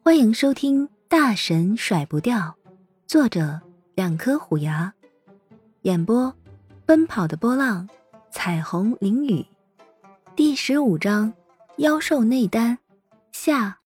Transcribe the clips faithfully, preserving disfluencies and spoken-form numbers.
欢迎收听《大神甩不掉》，作者两颗虎牙，演播奔跑的波浪，彩虹淋雨，第十五章妖兽内丹下。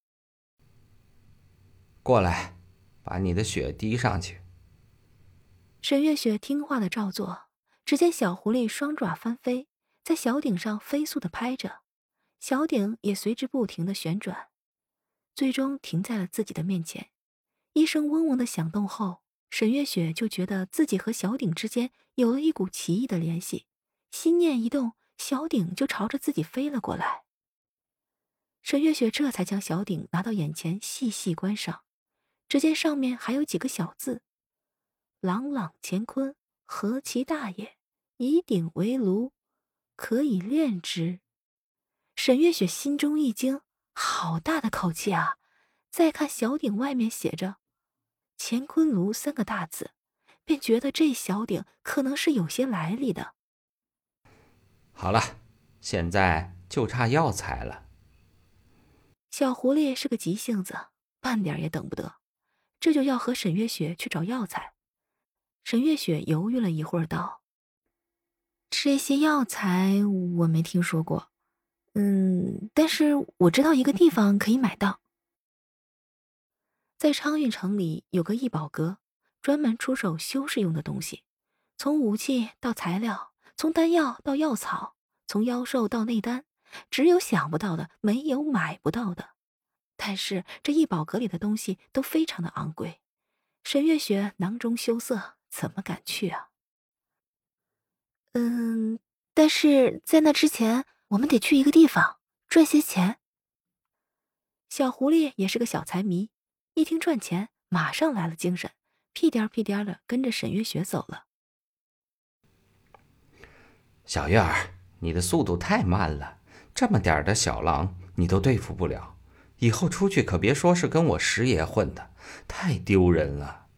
过来，把你的血滴上去。 沈月雪听话的照做，只见小狐狸双爪翻飞，在小鼎上飞速的拍着，小鼎也随之不停的旋转，最终停在了自己的面前。一声嗡嗡的响动后，沈月雪就觉得自己和小鼎之间有了一股奇异的联系，心念一动，小鼎就朝着自己飞了过来。沈月雪这才将小鼎拿到眼前细细观赏，只见上面还有几个小字：朗朗乾坤，何其大也，以鼎为炉，可以炼之。沈月雪心中一惊，好大的口气啊！再看小鼎外面写着乾坤炉三个大字，便觉得这小鼎可能是有些来历的。 好了，现在就差药材了。 小狐狸是个急性子，半点也等不得，这就要和沈月雪去找药材。沈月雪犹豫了一会儿道：这些药材我没听说过，嗯，但是我知道一个地方可以买到。在昌运城里有个异宝阁，专门出售修饰用的东西，从武器到材料，从丹药到药草，从妖兽到内丹，只有想不到的，没有买不到的。但是这异宝阁里的东西都非常的昂贵，沈月雪囊中羞涩，怎么敢去啊？嗯，但是在那之前，我们得去一个地方赚些钱。小狐狸也是个小财迷，一听赚钱，马上来了精神，屁颠屁颠的跟着沈月雪走了。 小月儿，你的速度太慢了，这么点儿的小狼你都对付不了，以后出去可别说是跟我师爷混的，太丢人了。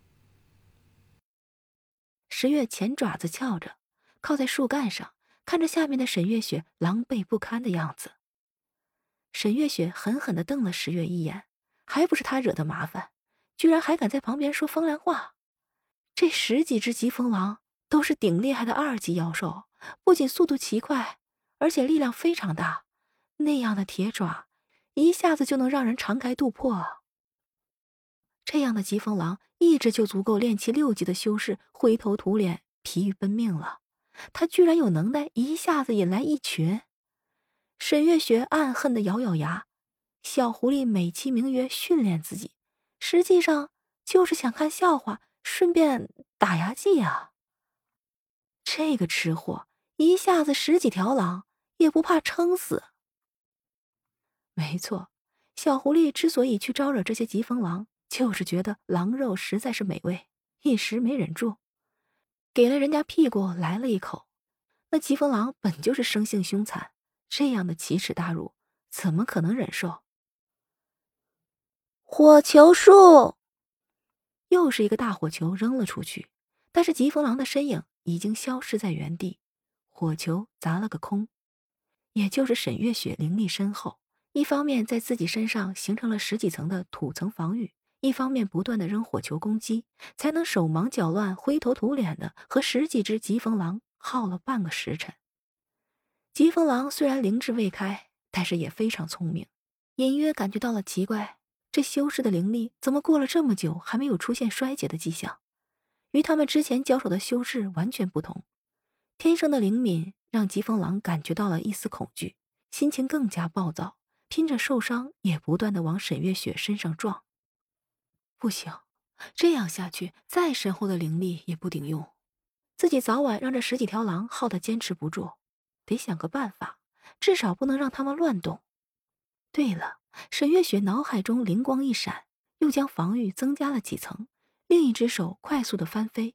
十月前爪子翘着，靠在树干上，看着下面的沈月雪狼狈不堪的样子。沈月雪狠狠地瞪了十月一眼，还不是他惹的麻烦，居然还敢在旁边说风凉话。这十几只疾风狼都是顶厉害的二级妖兽，不仅速度奇快，而且力量非常大，那样的铁爪一下子就能让人肠开肚破。这样的疾风狼一直就足够练其六级的修士灰头土脸疲于奔命了，他居然有能耐一下子引来一群。沈月雪暗恨地咬咬牙，小狐狸美其名曰训练自己，实际上就是想看笑话，顺便打牙祭啊。这个吃货一下子十几条狼也不怕撑死。没错，小狐狸之所以去招惹这些疾风狼，就是觉得狼肉实在是美味，一时没忍住，给了人家屁股来了一口。那疾风狼本就是生性凶残，这样的奇耻大辱怎么可能忍受？火球术！又是一个大火球扔了出去，但是疾风狼的身影已经消失在原地，火球砸了个空。也就是沈月雪灵力深厚，一方面在自己身上形成了十几层的土层防御，一方面不断的扔火球攻击，才能手忙脚乱灰头土脸的和十几只疾风狼耗了半个时辰。疾风狼虽然灵智未开，但是也非常聪明，隐约感觉到了奇怪，这修士的灵力怎么过了这么久还没有出现衰竭的迹象？与他们之前交手的修士完全不同，天生的灵敏让疾风狼感觉到了一丝恐惧，心情更加暴躁，拼着受伤也不断的往沈月雪身上撞。不行，这样下去再深厚的灵力也不顶用，自己早晚让这十几条狼耗得坚持不住，得想个办法，至少不能让他们乱动。对了，沈月雪脑海中灵光一闪，又将防御增加了几层，另一只手快速的翻飞。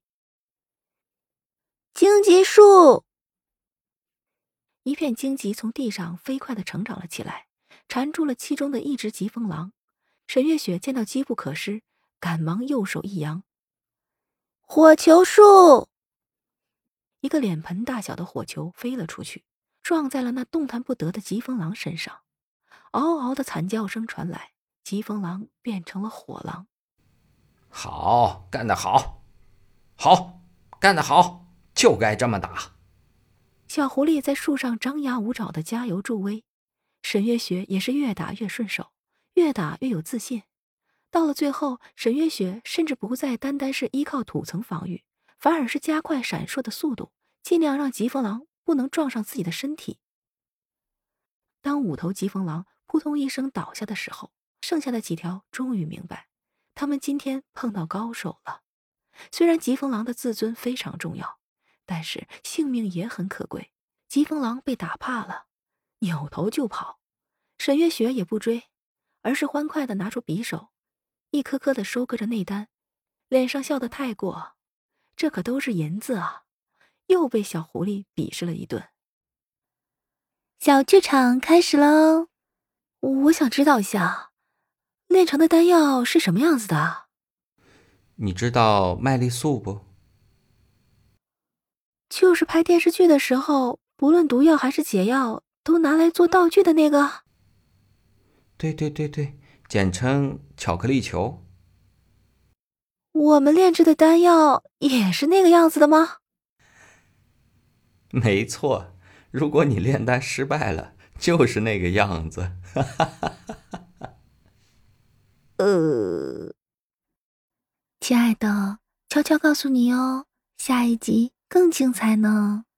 荆棘树！一片荆棘从地上飞快地成长了起来，缠住了其中的一只疾风狼。沈月雪见到机不可失，赶忙右手一扬，火球术！一个脸盆大小的火球飞了出去，撞在了那动弹不得的疾风狼身上。嗷嗷的惨叫声传来，疾疾风狼变成了火狼。 好，干得好，好，干得好，就该这么打。 小狐狸在树上张牙舞爪的加油助威，沈月雪也是越打越顺手，越打越有自信。到了最后，沈月雪甚至不再单单是依靠土层防御，反而是加快闪烁的速度，尽量让疾风狼不能撞上自己的身体。当五头疾风狼扑通一声倒下的时候，剩下的几条终于明白，他们今天碰到高手了。虽然疾风狼的自尊非常重要，但是性命也很可贵。疾风狼被打怕了，扭头就跑。沈月雪也不追，而是欢快地拿出匕首，一颗颗地收割着内丹，脸上笑得太过。这可都是银子啊！又被小狐狸鄙视了一顿。小剧场开始喽！我想知道一下，炼成的丹药是什么样子的？ 你知道麦丽素不？ 就是拍电视剧的时候，不论毒药还是解药，都拿来做道具的那个。 对对对对，简称巧克力球。 我们炼制的丹药也是那个样子的吗？ 没错，如果你炼丹失败了，就是那个样子。 呃，亲爱的，悄悄告诉你哦，下一集更精彩呢。